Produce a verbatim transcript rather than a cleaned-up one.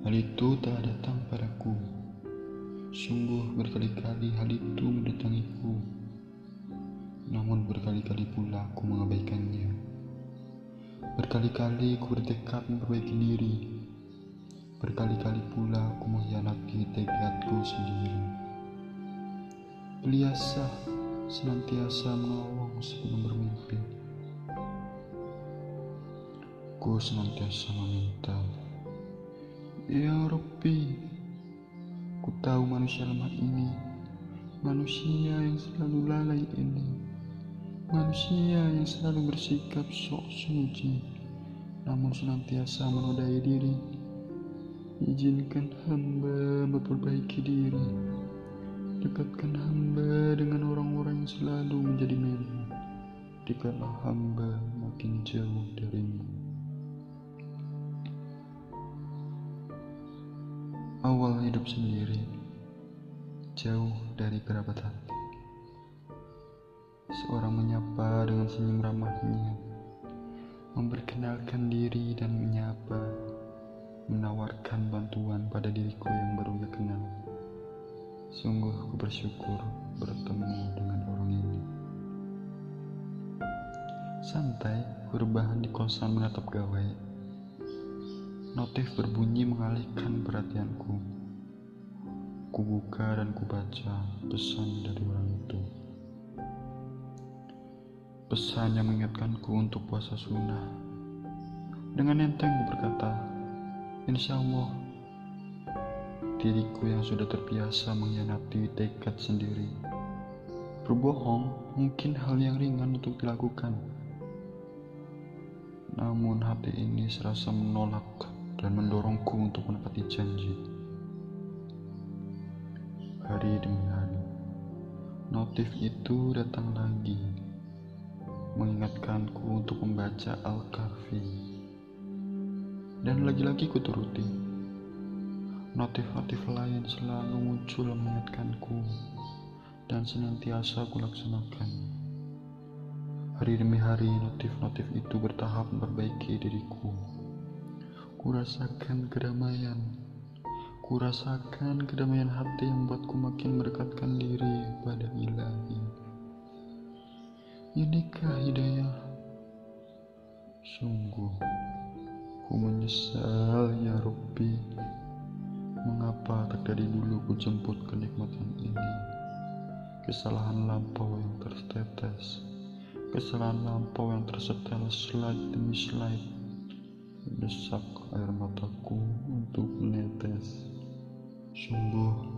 Hal itu tak datang padaku. Sungguh berkali-kali hal itu mendatangiku, namun berkali-kali pula aku mengabaikannya. Berkali-kali aku bertekad memperbaiki diri. Berkali-kali pula aku mengkhianati tekadku sendiri. Biasa senantiasa menolong sebelum bermimpi. Ku senantiasa meminta, Ya Rabbi, ku tahu manusia lemah ini, manusia yang selalu lalai ini, manusia yang selalu bersikap sok suci, namun senantiasa menodai diri. Izinkan hamba memperbaiki diri. Dekatkan hamba dengan orang-orang yang selalu menjadi milikmu, dikala hamba makin jauh darimu. Awal hidup sendiri, jauh dari kerabat hati. Seorang menyapa dengan senyum ramahnya, memperkenalkan diri dan menyapa, menawarkan bantuan pada diriku yang baru ia kenal. Sungguh aku bersyukur bertemu dengan orang ini. Santai, aku rebahan di kosan menatap gawai. Notif berbunyi mengalihkan perhatianku. Ku buka dan ku baca pesan dari orang itu. Pesan yang mengingatkanku untuk puasa sunnah. Dengan enteng ku berkata, Insya Allah, diriku yang sudah terbiasa mengkhianati tekad sendiri. Berbohong mungkin hal yang ringan untuk dilakukan. Namun hati ini serasa menolak dan mendorongku untuk menepati janji. Hari demi hari, notif itu datang lagi, mengingatkanku untuk membaca Al-Kahfi. Dan lagi-lagi ku turuti. Notif-notif lain selalu muncul mengingatkanku, dan senantiasa aku laksanakan. Hari demi hari notif-notif itu bertahap memperbaiki diriku. Kurasakan kedamaian, kurasakan kedamaian hati yang membuatku makin mendekatkan diri pada Ilahi. Inikah hidayah? Sungguh, ku menyesal ya Rabbi. Mengapa tak dari dulu ku jemput kenikmatan ini? Kesalahan lampau yang tertetes, kesalahan lampau yang tersetel slide demi slide, mendesak air mataku untuk menetes. Sungguh